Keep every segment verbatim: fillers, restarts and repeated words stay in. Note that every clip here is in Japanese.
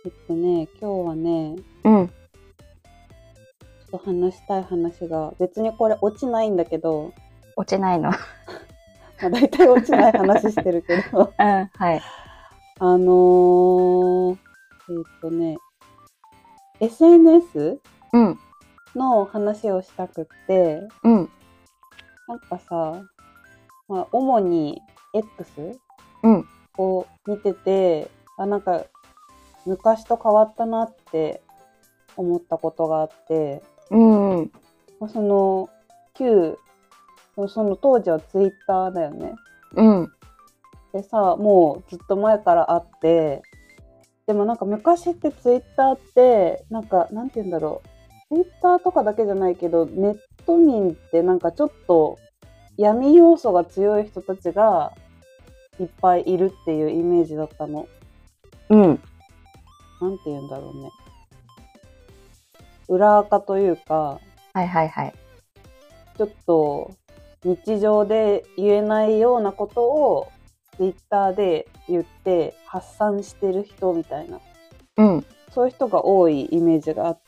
えっとね、今日はね、 うん。 ちょっと話したい話が、別にこれ落ちないんだけど、 落ちないの。 まあ大体落ちない話してるけど、 うん、はい。 あのー、えっとね、エスエヌエスうん、 の話をしたくって、 うん、 なんかさ、まあ、主に X うん、 を見てて、あ、なんか昔と変わったなって思ったことがあって、 うん、うん、 まあその旧その当時はツイッターだよね。 うん、 でさ、もうずっと前からあって、でもなんか昔ってツイッターってなんかなんて言うんだろう、ツイッターとかだけじゃないけど、ネット民ってなんかちょっと闇要素が強い人たちがいっぱいいるっていうイメージだったの。 うん。 なんて言うんだろうね、裏垢というか、 はいはいはい。 ちょっと日常で言えないようなことをツイッターで言って発散してる人みたいな、 うん、 そういう人が多いイメージがあって、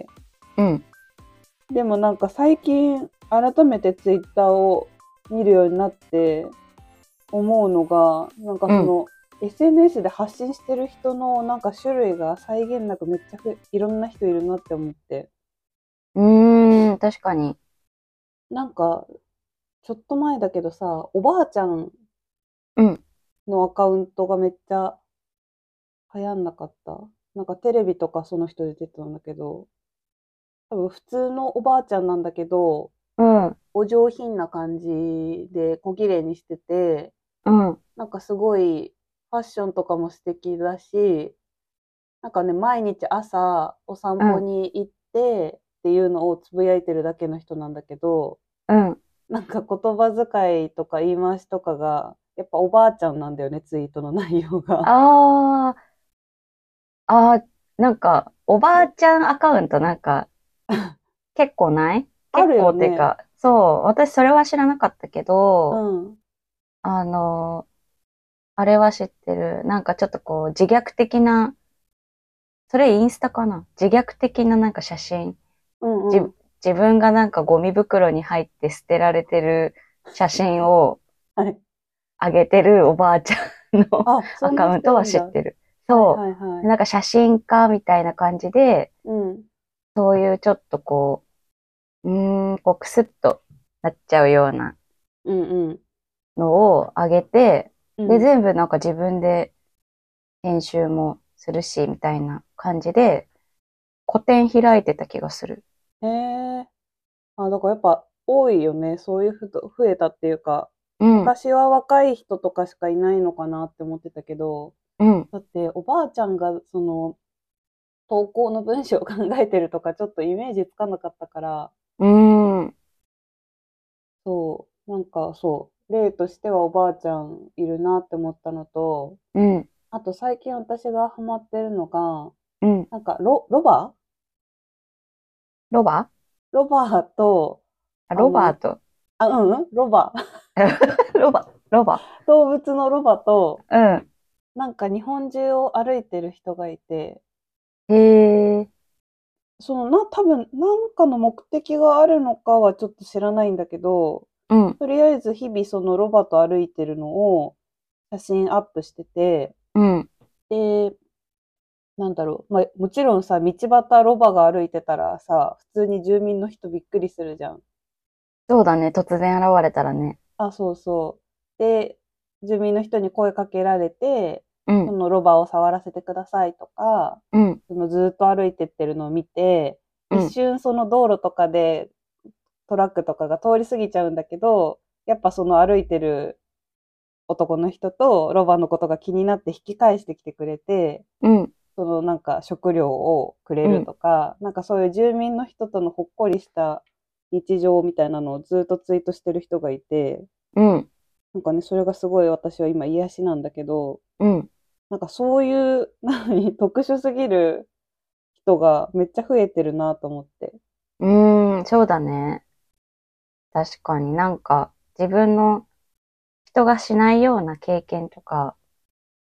うん、 でもなんか最近改めてツイッターを見るようになって思うのが、なんかうん。 その エスエヌエス で発信してる人のなんか種類が際限なくめっちゃふいろんな人いるなって思って、 うーん、確かに。 なんかちょっと前だけどさ、おばあちゃんうん、 のアカウントがめっちゃ流行んなかった？なんかテレビとかその人出てたんだけど、多分普通のおばあちゃんなんだけど、 うん、 お上品な感じで小綺麗にしてて、 うん、 なんかすごいファッションとかも素敵だし、なんかね、毎日朝お散歩うん、 に行ってっていうのをつぶやいてるだけの人なんだけど、 うん。 なんか言葉遣いとか言い回しとかが、やっぱおばあちゃんなんだよね、ツイートの内容が。 あー、あー、なんか、おばあちゃんアカウントなんか、結構ないあ結構るよね。 っていうか、そう、私それは知らなかったけうど、 ん。 あの、あれは知ってる。なんかちょっとこう、自虐的な、それインスタかな、自虐的ななんか写真。じ、 うんうん。 自分がなんかゴミ袋に入って捨てられてる写真をはい。 上げてるおばあちゃんのあ、 アそんなカウントは人いるんだ。 知ってる。 はいそう。 はいはい。 なんか写真家みたいな感じで、 うん。 そういうちょっとこう、うーん、こうクスッとなっちゃうようなうんうん。 のを上げて、で、 うん。 全部なんか自分で編集もするし、みたいな感じで、個展開いてた気がする。 へえ。あ、だからやっぱ多いよね。そういう人増えたっていうか、 うん、 昔は若い人とかしかいないのかなって思ってたけど、 うん、 だっておばあちゃんがその投稿の文章を考えてるとかちょっとイメージつかなかったから、 うーん、 そう、なんかそう、例としてはおばあちゃんいるなって思ったのと、 うん、 あと最近私がハマってるのが、 うん。 なんかロ、ロバロバロバと、 あロあの、 バート。 あ、うん、うんロバ。 ロバ、ロバ。 動物のロバと、 うん。 なんか日本中を歩いてる人がいて、 へえ、 そのな、多分なんかの目的があるのかはちょっと知らないんだけど、 うん、 とりあえず日々そのロバと歩いてるのを写真アップしてて、 うん。 で、なんだろう、まあ、もちろんさ、道端ロバが歩いてたらさ、普通に住民の人びっくりするじゃん。 そうだね。突然現れたらね。 あ、そうそう。で、住民の人に声かけられて、 うん、 そのロバを触らせてくださいとか、 うん、 そのずっと歩いてってるのを見て、 うん、 一瞬その道路とかでトラックとかが通り過ぎちゃうんだけど、やっぱその歩いてる男の人とロバのことが気になって引き返してきてくれて、 うん、 そのなんか食料をくれるうん、 とか、なんかそういう住民の人とのほっこりした日常みたいなのをずっとツイートしてる人がいて、 うん、 なんかね、それがすごい私は今癒しなんだけど、 うん。 なんかそういう、何、特殊すぎる人がめっちゃ増えてるなと思って。 うーん、そうだね。確かになんか自分の人がしないような経験とか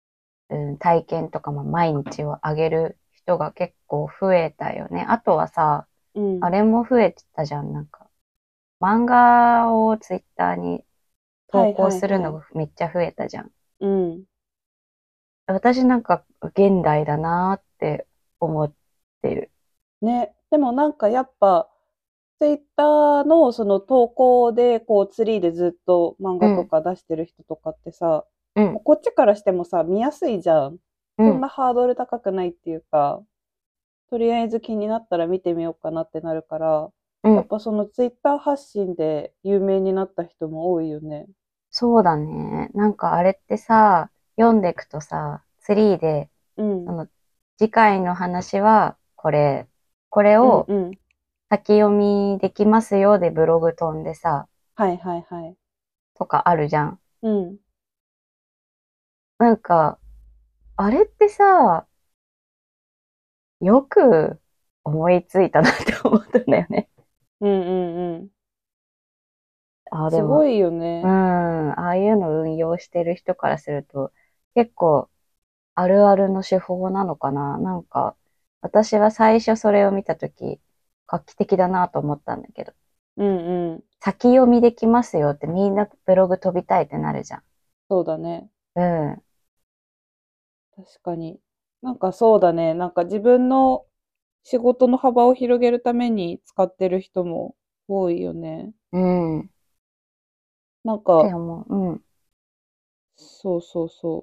うん、体験とかも毎日をあげる人が結構増えたよね。あとはさ、 うん。 あれも増えてたじゃん。なんか、漫画をツイッターに投はい稿はいはい。 するのがめっちゃ増えたじゃん。 うん。 私なんか現代だなーって思ってる。 ね。でもなんかやっぱ、ツイッターのその投稿で、こうツリーでずっと漫画とうん、 か出してる人とかってさ、 うん、 もうこっちからしてもさ、見やすいじゃん。 うん。 そんなハードル高くないっていうか、とりあえず気になったら見てみようかなってなるから、 うん。 やっぱそのツイッター発信で有名になった人も多いよね。 そうだね。なんかあれってさ、読んでいくとさ、ツリーで、 うん。 その、次回の話はこれ、これをうんうん。 先読みできますよでブログ飛んでさ、 はいはいはい。 とかあるじゃん。 うん。 なんか、あれってさ、よく思いついたなって思ったんだよね。 うんうんうん。 あ、でも、 すごいようん、 ね。 ああいうの運用してる人からすると、結構あるあるの手法なのかな。なんか、私は最初それを見たとき、画期的だなと思ったんだけど、 うんうん。 先読みできますよってみんなブログ飛びたいってなるじゃん。 そうだね。 うん、 確かに。なんかそうだね。なんか自分の仕事の幅を広げるために使ってる人も多いよね。 うん、っなんか、 て思う。うん、 そうそうそう。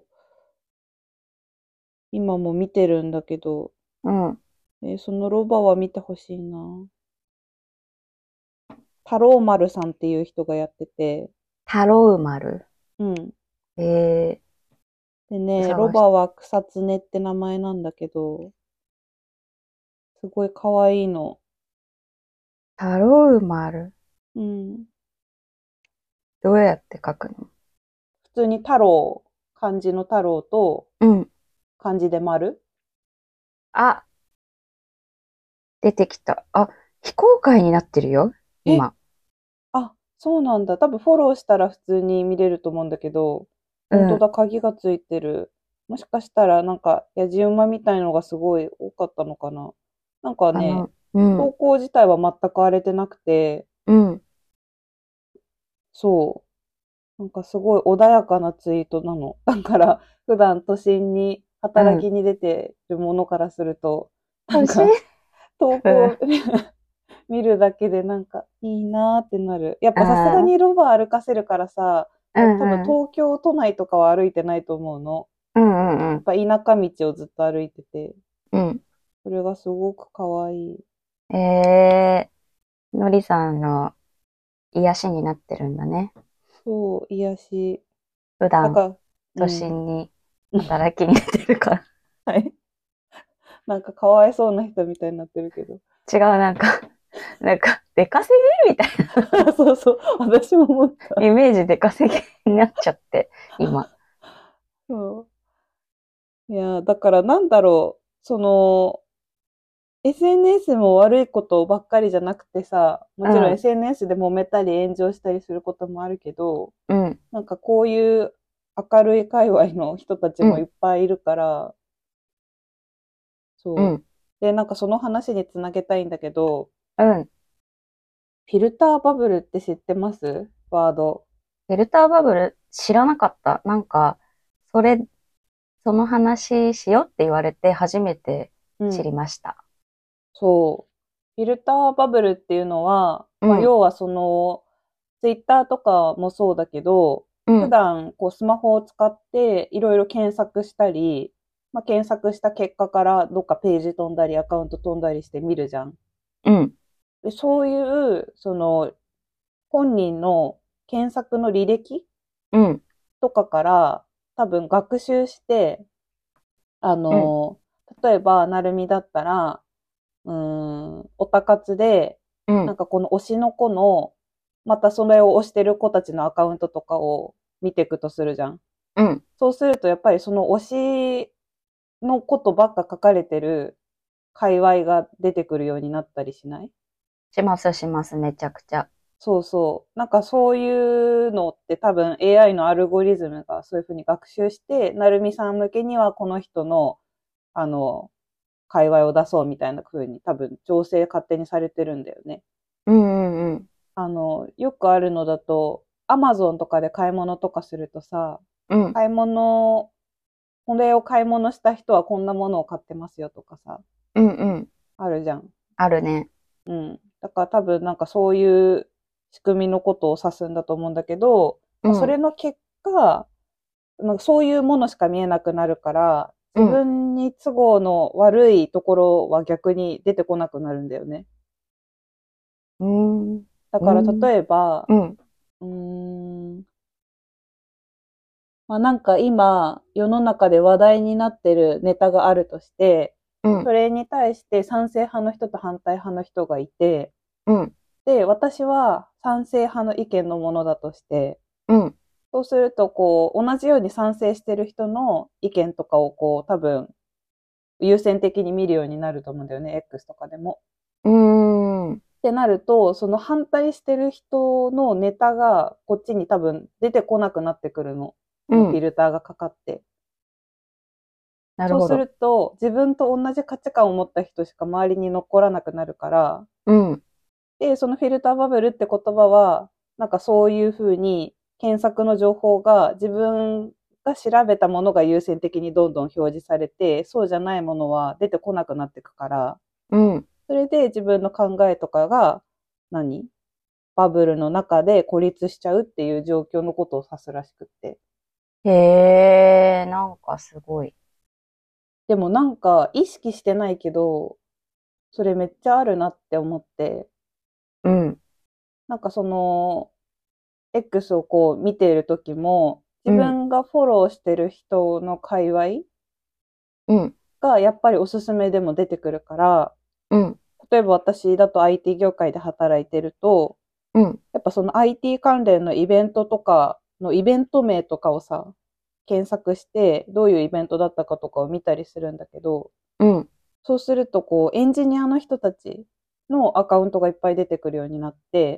今も見てるんだけど、 うん。 えーそのロバは見てほしいな。太郎丸さんっていう人がやってて、 タロウマル。 うん。 えでー、 ね、ロ探し、 バは草常って名前なんだけど、すごい可愛いの。 タロウマル。 うん。 どうやって書くの？ 普通に太郎、漢字の太郎とうん。 漢字で丸。 あ、出てきた。あ、非公開になってるよ、 え、 今。 あ、そうなんだ。多分フォローしたら普通に見れると思うんだけど、 うん。 本当だ、鍵がついてる。もしかしたら、なんか、やじ馬みたいのがすごい多かったのかな。なんかね、 あの、うん、 投稿自体は全く荒れてなくて、 うん、 そう、なんかすごい穏やかなツイートなの。だから、普段都心にうん。 働きに出てるものからすると、なん欲しい。 か、投うん。 稿見るだけでなんかいいなーってなる。やっぱさすがあにロバ歩かせるからさ、 ー、う多分ん、うん。 東京都内とかは歩いてないと思うの。 うん、うん、 やっぱ田舎道をずっと歩いてて、 うん。 それがすごく可愛い。 うん。えー、のりさんの癒しになってるんだね。 そう、癒し。 普段、 だから、う都ん。 心に働きに出てるから。 はい。なんかかわいそうな人みたいになってるけど。 違う、なんか、なんか、出稼ぎみたいそうそう、私も思った。 なイメージ出稼ぎになっちゃって、今。 そう。いや、だからなんだろう、その、エスエヌエス も悪いことばっかりじゃなくてさ、もちろんうん、 エスエヌエス で揉めたり炎上したりすることもあるけど、 うん、 なんかこういう明るい界隈の人たちうん、 もいっぱいいるから、そう。 うん、 で、なんかその話につなげたいんだけど、 うん。 フィルターバブルって知ってますワード。 フィルターバブル知らなかった。なんか、それ、その話しようって言われて初めて知りうん。 ました。 そう。フィルターバブルっていうのは、まあ、 うん、 要はその、ツイッターとかもそうだけど、普うん、 段こうスマホを使っていろいろ検索したり、まあ、検索した結果からどっかページ飛んだりアカウント飛んだりして見るじゃん。 うん、 で、そういう、その、本人の検索の履歴うん、 とかから多分学習して、あうん、 の、例えば、なるみだったら、うーん、オタ活で、 うん、 なんかこの推しの子の、またそれを推してる子たちのアカウントとかを見ていくとするじゃん。 うん。 そうするとやっぱりその推しのことばっか書かれてる界隈が出てくるようになったりしない？ します、します、めちゃくちゃ。 そうそう。なんかそういうのって多分 エーアイ のアルゴリズムがそういうふうに学習して、なるみさん向けにはこの人の、あの、界隈を出そうみたいな風に多分調整勝手にされてるんだよね。 うんうんあの、よくあるのだと、アマゾンとかで買い物とかするとさ、 うん。うん買い物、これを買い物した人はこんなものを買ってますよとかさ、 うんうん。 あるじゃん。 あるね。 うん。だから多分なんかそういう仕組みのことを指すんだと思うんだけど、まあそうん。 れの結果、なんかそういうものしか見えなくなるから、自うん。 分に都合の悪いところは逆に出てこなくなるんだよね。 うん。 だうん。 から例えば、 うん。 うーん、まあ、なんか今、世の中で話題になってるネタがあるとして、 うん。 それに対して賛成派の人と反対派の人がいて、 うん。 で、私は賛成派の意見のものだとして、 うん。 そうすると、こう、同じように賛成してる人の意見とかを、こう、多分、優先的に見るようになると思うんだよね、X とかでも。 うん。うん。 ってなると、その反対してる人のネタが、こっちに多分出てこなくなってくるの。そのフィルターがかかって。そうすなるほど。 ると、自分と同じ価値観を持った人しか周りに残らなくなるから、 うん。 で、そのフィルターバブルって言葉は、なんかそういうふうに検索の情報が自分が調べたものが優先的にどんどん表示されて、そうじゃないものは出てこなくなっていくから、 うん。 それで自分の考えとかが何バブルの中で孤立しちゃうっていう状況のことを指すらしくって。 へえ、なんかすごい。 でもなんか意識してないけど、それめっちゃあるなって思って、 うん。 なんかその、X をこう見ている時も、自うん。 分がフォローしてる人の界隈うん。 がやっぱりおすすめでも出てくるから、 うん。 例えば私だと アイティー 業界で働いてると、 うん。 やっぱその アイティー 関連のイベントとかのイベント名とかをさ、検索して、どういうイベントだったかとかを見たりするんだけど、 うん。 そうするとこうエンジニアの人たちのアカウントがいっぱい出てくるようになって、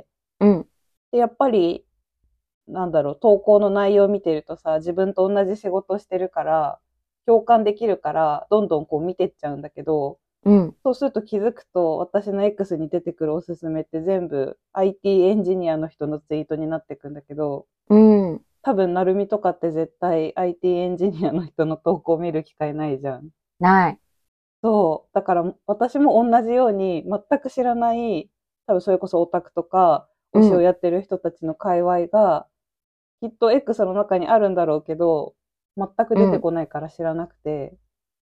うん。 で、やっぱりなんだろう、投稿の内容を見てるとさ、自分と同じ仕事してるから、共感できるから、どんどんこう見てっちゃうんだけど、 うん。 そうすると気づくと、私の X に出てくるおすすめって全部 アイティー エンジニアの人のツイートになってくんだけど、 うん。 多分、なるみとかって絶対 アイティー エンジニアの人の投稿を見る機会ないじゃん。 ない。 そう。だから私も同じように全く知らない、多分それこそオタクとか推しをうん。 やってる人たちの界隈がきっと X の中にあるんだろうけど、全く出てうん。 こないから知らなくて、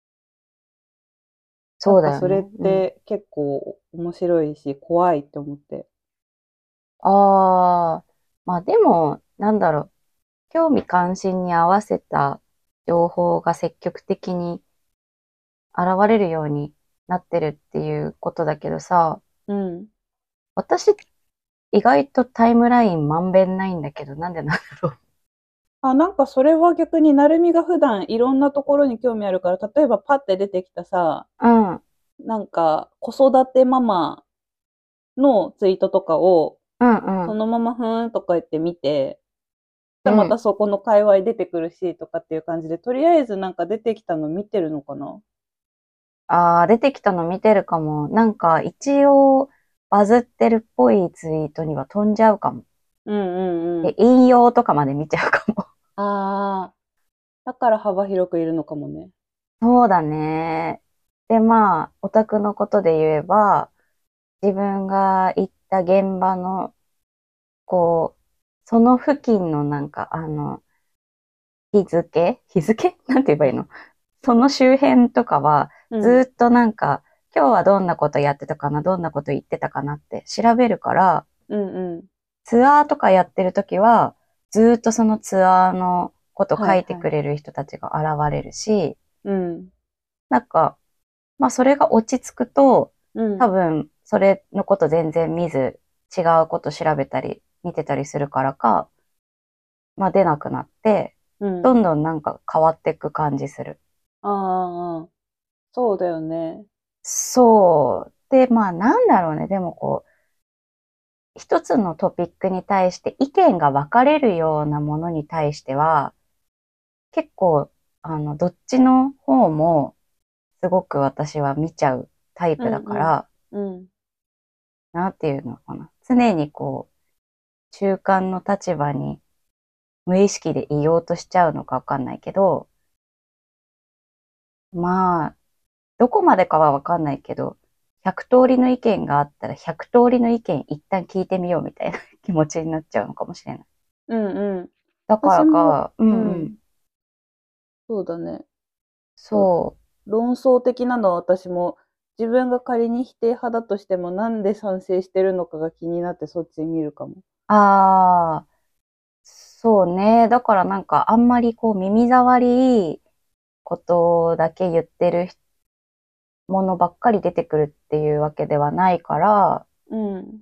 なんそうだよね。 かそれっうん。 て結構面白いし怖いって思って。 ああ、まあでも、なんだろう。興味関心に合わせた情報が積極的に現れるようになってるっていうことだけどさ、 うん。 私意外とタイムラインまんべんないんだけど、なんでなんだろう。 あ、なんかそれは逆になるみが普段いろんなところに興味あるから、例えばパッて出てきたさ、 うん。 なんか子育てママのツイートとかをうんうん。 そのままふーんとか言って見て、 うん。 またそこの界隈出てくるしとかっていう感じで、とりあえずなんか出てきたの見てるのかな。 ああ、出てきたの見てるかも。なんか一応バズってるっぽいツイートには飛んじゃうかも。 うんうんうで、 ん。 引用とかまで見ちゃうかも。 ああ、だから幅広くいるのかもね。 そうだね。で、まあ、オタクのことで言えば、自分が行った現場の、こう、その付近のなんか、あの、日付日付なんて言えばいいの？その周辺とかは、 うん。 ずっとなんか、今日はどんなことやってたかな、どんなこと言ってたかなって調べるから、 うんうん。 ツアーとかやってるときは、ずっとそのツアーのこと書いてはいはい。 くれる人たちが現れるし、 うん。 なんか、まあそれが落ち着くと、 うん。 多分それのこと全然見ず、違うこと調べたり、見てたりするからか、まあ出なくなって、 うん。 どんどんなんか変わっていく感じする。 ああ、ああそうだよね。 そう。で、まあなんだろうね。でもこう、 一つのトピックに対して意見が分かれるようなものに対しては、結構、あの、どっちの方もすごく私は見ちゃうタイプだかうんら、 うん。うん。 なんていうのかな。常にこう、中間の立場に無意識でいようとしちゃうのかわかんないけど、まあ、どこまでかはわかんないけど、ひゃく通りの意見があったらひゃく通りの意見一旦聞いてみようみたいな気持ちになっちゃうのかもしれない。 うんうん。 だから私も、 か、うんうん。 うん。そうだね。 そ論争的なのは私も自分が仮に否定派だとしてもなんで賛成してるのかが気になってそっち見るかも。 う。ああ、そうね。だからなんかあんまりこう耳障りいいことだけ言ってるものばっかり出てくるっていうわけではないから、 うん。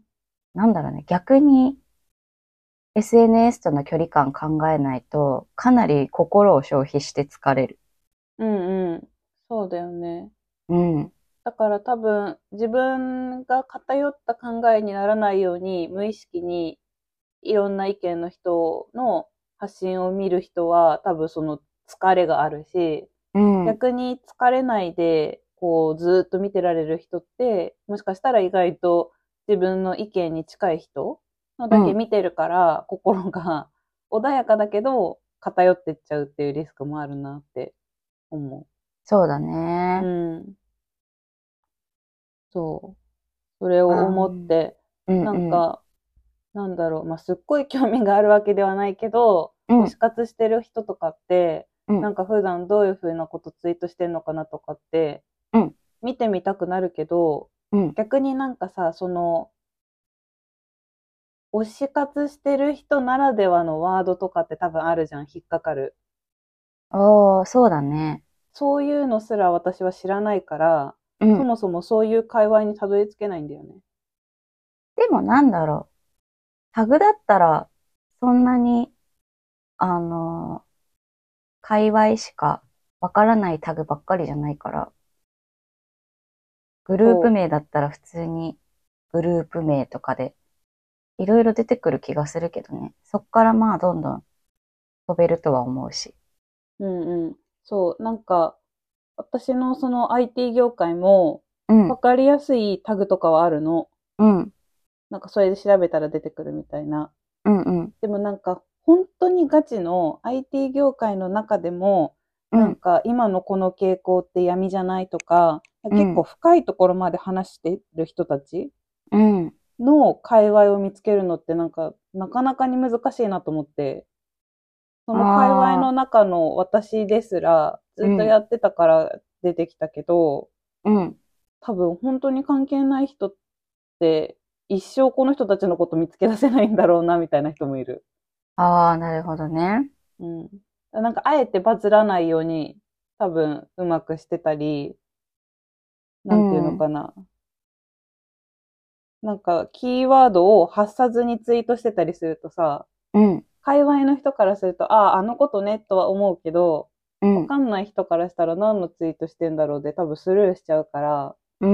なんだろうね。逆に エスエヌエス との距離感考えないと、かなり心を消費して疲れる。 うんうん。そうだよね。 うん。 だから多分自分が偏った考えにならないように無意識にいろんな意見の人の発信を見る人は多分その疲れがあるし、 うん。 逆に疲れないでこうずっと見てられる人ってもしかしたら意外と自分の意見に近い人のだけうん。 見てるから心が穏やかだけど偏ってっちゃうっていうリスクもあるなって思そうだう。うね。 ん。そう。それをあ、 思って、 うんうん。 なんか、なんだろう、まあ、すっごい興味があるわけではないけど、 うん。 推し活してる人とかって、 うん。 なんか普段どういう風なことツイートしてんのかなとかって、 うん。 見てみたくなるけど、 うん。 逆になんかさ、その、推し活してる人ならではのワードとかって多分あるじゃん、引っかかる。 おー、そうだね。 そういうのすら私は知らないから、 うん。 そもそもそういう会話にたどり着けないんだよね。 でもなんだろう。タグだったら、そんなに、あの、界隈しかわからないタグばっかりじゃないから、グループそ名だったら普通にグループ名とかでいろいろ出てくる気がするけどね。そっからまあどんどん飛べるとは思うし。 う。うんうん。そう。なんか、私のその アイティー 業界も、 うん、 わかりやすいタグとかはあるの。 うん、 なんかそれで調べたら出てくるみたいな。 うん、うん、 でもなんか、本当にガチの アイティー 業界の中でも、 うん、 なんか今のこの傾向って闇じゃないとか、結構うん、 深いところまで話してる人たちうん。 の界隈を見つけるのってなんか、なかなかに難しいなと思って、その界隈ああ、 の中の私ですら、ずっとうん、 やってたから出てきたけど、 うん。 多分本当に関係ない人って一生この人たちのこと見つけ出せないんだろうなみたいな人もいる。 ああ、なるほどね。 うん。なんかあえてバズらないように多分うまくしてたり、 うなんていうのん、 かな。なんかキーワードを発さずにツイートしてたりするとさ、 うん、 界隈の人からすると、ああ、あのことねとは思うけど、 うん、 わかんない人からしたら何のツイートしてんだろうで多分スルーしちゃうからうん。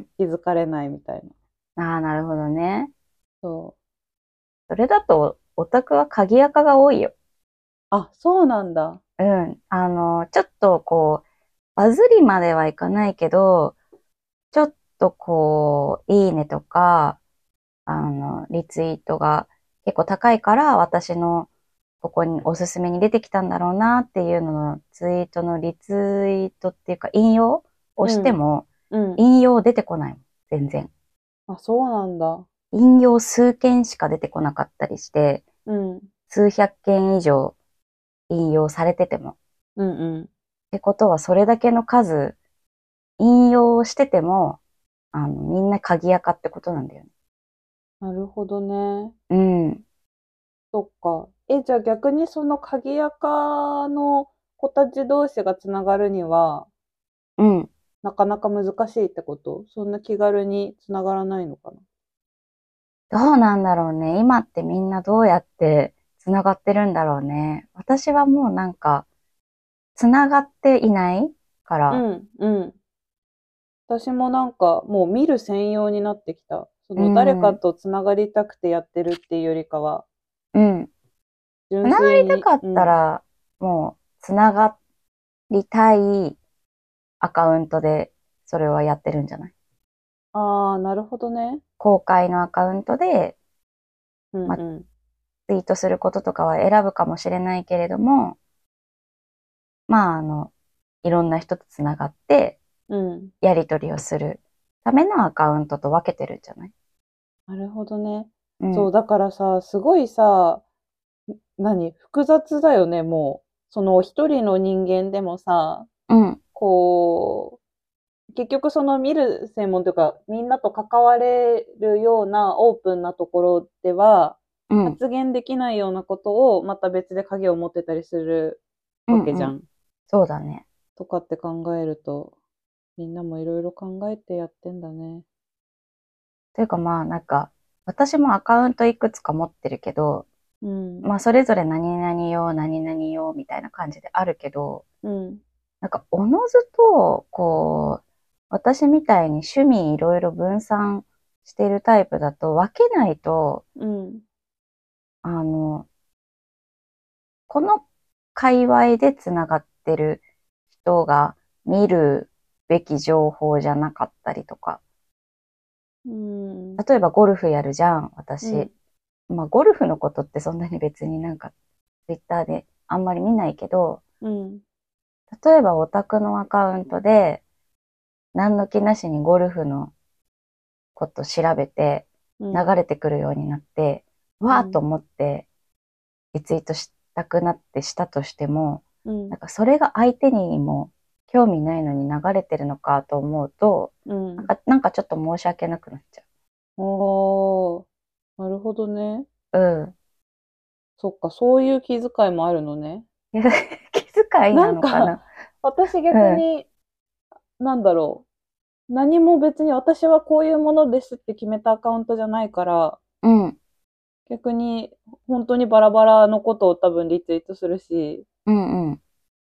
気づかれないみたいな。 ああ、なるほどね。 そう。 それだと、オタクは鍵垢が多いよ。 あ、そうなんだ。 うん。あの、ちょっとこう、バズりまではいかないけど、ちょっとこう、いいねとか、あの、リツイートが結構高いから、私のここにおすすめに出てきたんだろうなっていうののツイートのリツイートっていうか引用をうん。 しても、 うん。 引用出てこないもん。全然。 あ、そうなんだ。 引用数件しか出てこなかったりして、 うん。 数百件以上引用されてても。っうんうん。 てことは、それだけの数、引用をしてても、あの、みんな鍵垢ってことなんだよね。 なるほどね。 うん。 そっか。え、じゃあ逆にその鍵垢の子たち同士がつながるには、 うん。 なかなか難しいってこと？そんな気軽につながらないのかな？ どうなんだろうね。今ってみんなどうやって繋がってるんだろうね。私はもうなんか、繋がっていないから、 うん、うん。私もなんかもう見る専用になってきた。 そうの誰かん。 とつながりたくてやってるっていうよりかは、 うん。つ純なが粋に、 りたかっうん。 たら、もう、つながりたいアカウントで、それはやってるんじゃない？ ああ、なるほどね。 公開のアカウントで、まあ、 うんうん。 ツイートすることとかは選ぶかもしれないけれども、まあ、あの、いろんな人とつながって、 うん。 やり取りをするためのアカウントと分けてるんじゃない？ なるほどね。 うん。 そう、だからさ、すごいさ、何複雑だよね、もう。その一人の人間でもさ、 うん。 こう、結局その見る専門というか、みんなと関われるようなオープンなところでは、 うん。 発言できないようなことをまた別で影を持ってたりするうんうん。 わけじゃん。 そうだね。 とかって考えると、みんなもいろいろ考えてやってんだね。 というかまあ、なんか、私もアカウントいくつか持ってるけど、 うん。 まあ、それぞれ何々用、何々用みたいな感じであるけど、 うん。 なんか、おのずと、こう、私みたいに趣味いろいろ分散しているタイプだと分けないと、 うん。 あの、この界隈でつながってる人が見るべき情報じゃなかったりとか、 うん。 例えばゴルフやるじゃん、私。 うん。 まあ、ゴルフのことってそんなに別になんか、ツイッターであんまり見ないけど、 うん。 例えばオタクのアカウントで、何の気なしにゴルフのこと調べて、流うん。 れてくるようになって、わーっとうん。 思ってリツイートしたくなってしたとしても、 うん。 なんかそれが相手にも興味ないのに流れてるのかと思うと、 うん。 なんか、なんかちょっと申し訳なくなっちゃおー。なるほどね。 う。うん。 そっか、そういう気遣いもあるのね。 気遣いなんか、 なのかな？ 私うん。 逆に、なんだろう。何も別に私はこういうものですって決めたアカウントじゃないから、 うん。 逆に本当にバラバラのことを多分リツイートするし、 うんうん。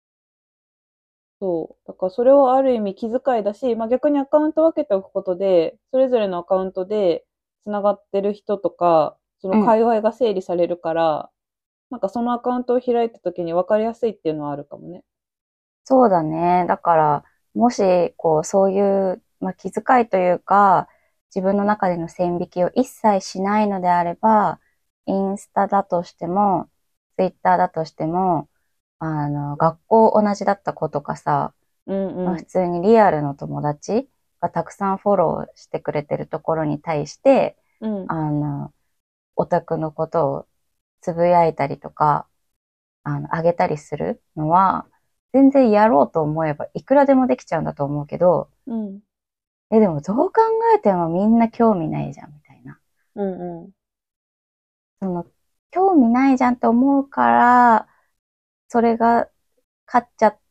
そう。だからそれをある意味気遣いだし、まあ逆にアカウント分けておくことで、それぞれのアカウントで繋がってる人とか、そのうん。 界隈が整理されるから、なんかそのアカウントを開いた時に分かりやすいっていうのはあるかもね。 そうだね。だから、もし、こう、そういう、まあ、気遣いというか、自分の中での線引きを一切しないのであれば、インスタだとしても、ツイッターだとしても、あの、学校同じだった子とかさ、まあ、普うんうん。 通にリアルの友達がたくさんフォローしてくれてるところに対して、 うん。 あの、オタクのことをつぶやいたりとか、あの、あげたりするのは、全然やろうと思えばいくらでもできちゃうんだと思うけど、 うん。 え、でもどう考えてもみんな興味ないじゃん、みたいな。 うんうん。 その、興味ないじゃんって思うから、それが勝っちゃって、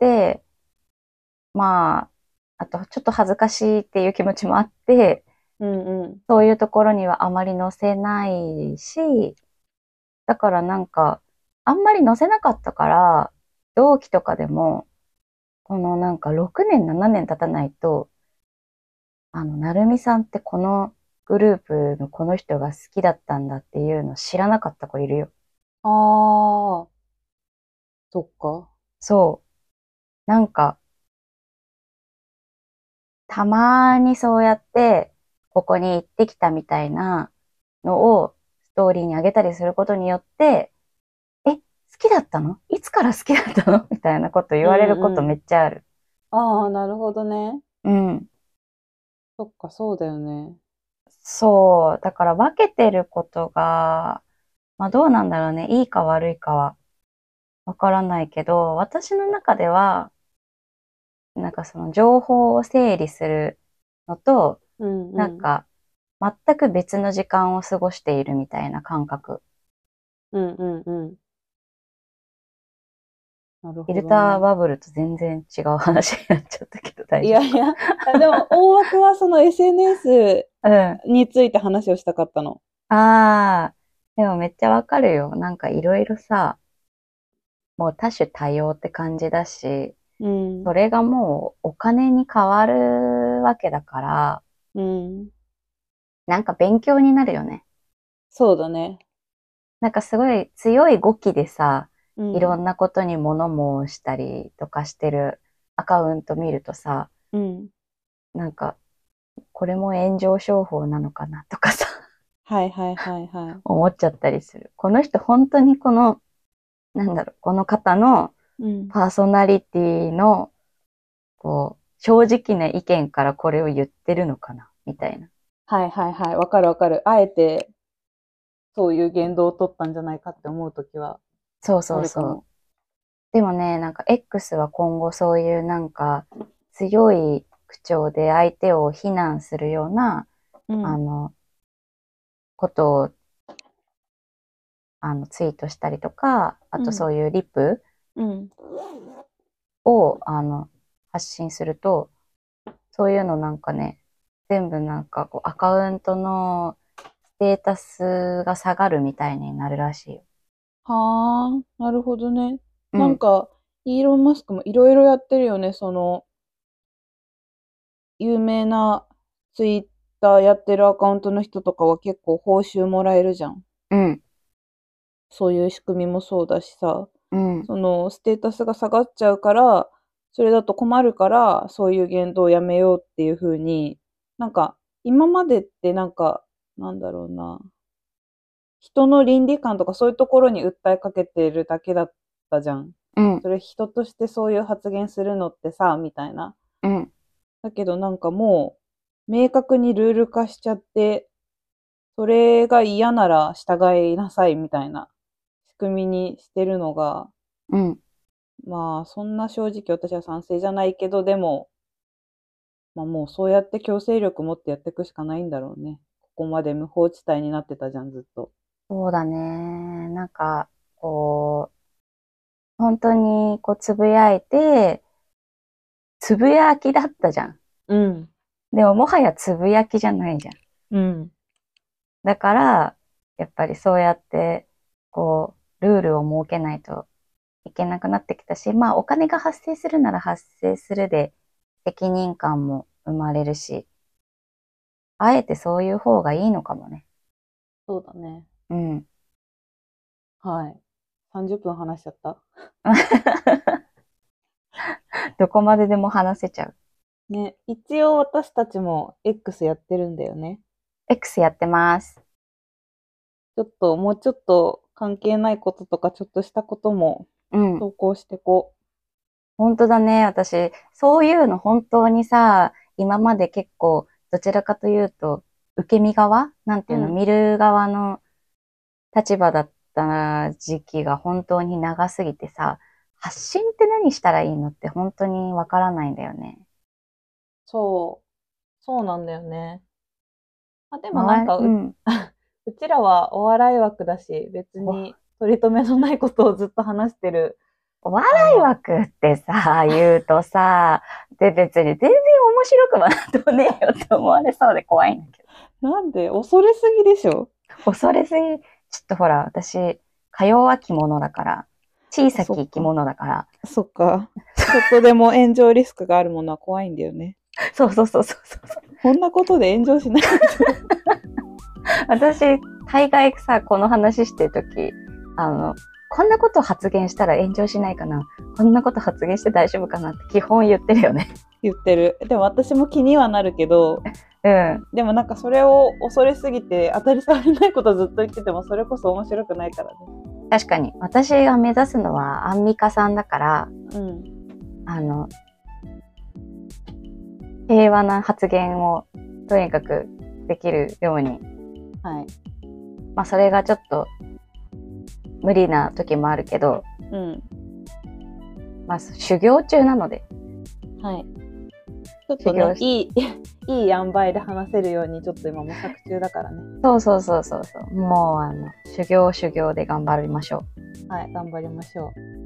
まあ、あとちょっと恥ずかしいっていう気持ちもあって、 うんうん。 そういうところにはあまり載せないし、だからなんか、あんまり載せなかったから、同期とかでも、このなんかろくねん、ななねん経たないと、あの、なるみさんってこのグループのこの人が好きだったんだっていうの知らなかった子いるよ。 ああ、そっか。 そう。なんか、たまにそうやって、ここに行ってきたみたいなのをストーリーに上げたりすることによって、え、好きだったの？いつから好きだったの？みたいなこと言うわれることんうん。 めっちゃある。 ああ、なるほどね。 うん。 そっか、そうだよね。 そう。だから分けてることが、まあどうなんだろうね。いいか悪いかはわからないけど、私の中では、なんかその情報を整理するのと、 うんうん。 なんか全く別の時間を過ごしているみたいな感覚。 うんうんうん。なるフィほルターどね。 バブルと全然違う話になっちゃったけど大丈夫か。 いやいや、あでも大枠はその エスエヌエスうん。 について話をしたかったの。 ああ、でもめっちゃわかるよ。なんかいろいろさ、もう多種多様って感じだし、 うん。 それがもうお金に変わるわけだから、 うん。 なんか勉強になるよね。 そうだね。 なんかすごい強い語気でさ、 うん。 いろんなことに物申したりとかしてるアカウント見るとさ、 うん。 なんか、これも炎上商法なのかなとかさ、 はいはいはいはい。 思っちゃったりする。この人本当にこの、なんだろう、この方のうん。 パーソナリティの、こう、正直な意見からこれを言ってるのかなみたいな。 はいはいはい。わかるわかる。あえて、そういう言動を取ったんじゃないかって思うときはそうあそうそう。 るかも。 でもね、なんか X は今後そういうなんか強い口調で相手を非難するような、 うん。 あの、ことを、あの、ツイートしたりとか、あうん。 とそういうリプうん。 を、あの、発信すると、そういうのなんかね、全部なんかこうアカウントのステータスが下がるみたいになるらしいよ。 はあ、なるほどね。 うん、 なんか、イーロン・マスクもいろいろやってるよね。その、有名なツイッターやってるアカウントの人とかは結構報酬もらえるじゃん。 うん、 そういう仕組みもそうだしさ。 うん、 その、ステータスが下がっちゃうから、それだと困るから、そういう言動をやめようっていう風に、なんか、今までってなんか、なんだろうな、人の倫理観とかそういうところに訴えかけてるだけだったじゃん。 うん、 それ人としてそういう発言するのってさ、みたいな。 うん。 だけどなんかもう、明確にルール化しちゃって、それが嫌なら従いなさいみたいな仕組みにしてるのが、 うん。 まあ、そんな正直私は賛成じゃないけど、でも、まあもうそうやって強制力持ってやっていくしかないんだろうね。ここまで無法地帯になってたじゃん、ずっと。 そうだね。なんか、こう、本当にこうつぶやいて、つぶやきだったじゃん。 うん。 でももはやつぶやきじゃないじゃん。 うん。 だから、やっぱりそうやって、こう、ルールを設けないといけなくなってきたし、まあお金が発生するなら発生するで責任感も生まれるし、あえてそういう方がいいのかもね。 そうだね。 うん。 はい。さんじゅっぷん話しちゃった。 どこまででも話せちゃう。 ね。一応私たちも X やってるんだよね。 X やってます。 ちょっと、もうちょっと関係ないこととか、ちょっとしたこともうん。 投稿してこ本当だね。私、そういうの本当にさ、今まで結構、どちらかというと、受け身側なんてう。 いうの、 うん。 見る側の立場だった時期が本当に長すぎてさ、発信って何したらいいのって本当にわからないんだよね。 そう。そうなんだよね。あ、でもなん周り、 かう、 うん。 うちらはお笑い枠だし、別お、 に取り留めのないことをずっと話してる。 お笑あの、 い枠ってさ、言うとさ、で別に全然面白くもなんともねえよって思われそうで怖いんだけど。 なんで恐れすぎでしょ？ 恐れすぎ、ちょっとほら、私、か弱き者だから、小あ、 さき生きそっか。 物だから、 そっか。ちょっとでも炎上リスクがあるものは怖いんだよね。 そうそうそうそうそう。 こんなことで炎上しないでしょ。 私、大概さ、この話してるとき、あの、こんなこと発言したら炎上しないかな、こんなこと発言して大丈夫かなって基本言ってるよね。 言ってる。でも私も気にはなるけど、 うん。 でもなんかそれを恐れすぎて当たり障りないことをずっと言っててもそれこそ面白くないからね。 確かに、私が目指すのはアンミカさんだから、 うん。 あの、平和な発言をとにかくできるように、 はい。 まあそれがちょっと無理な時もあるけど、 うん。 まあ修行中なので、 はい。ちょっとね、いい、いい塩梅で話せるようにちょっと今模索中だからね。 そうそうそうそうそう。もうあの、修行修行で頑張りましょはい、頑張りましょう。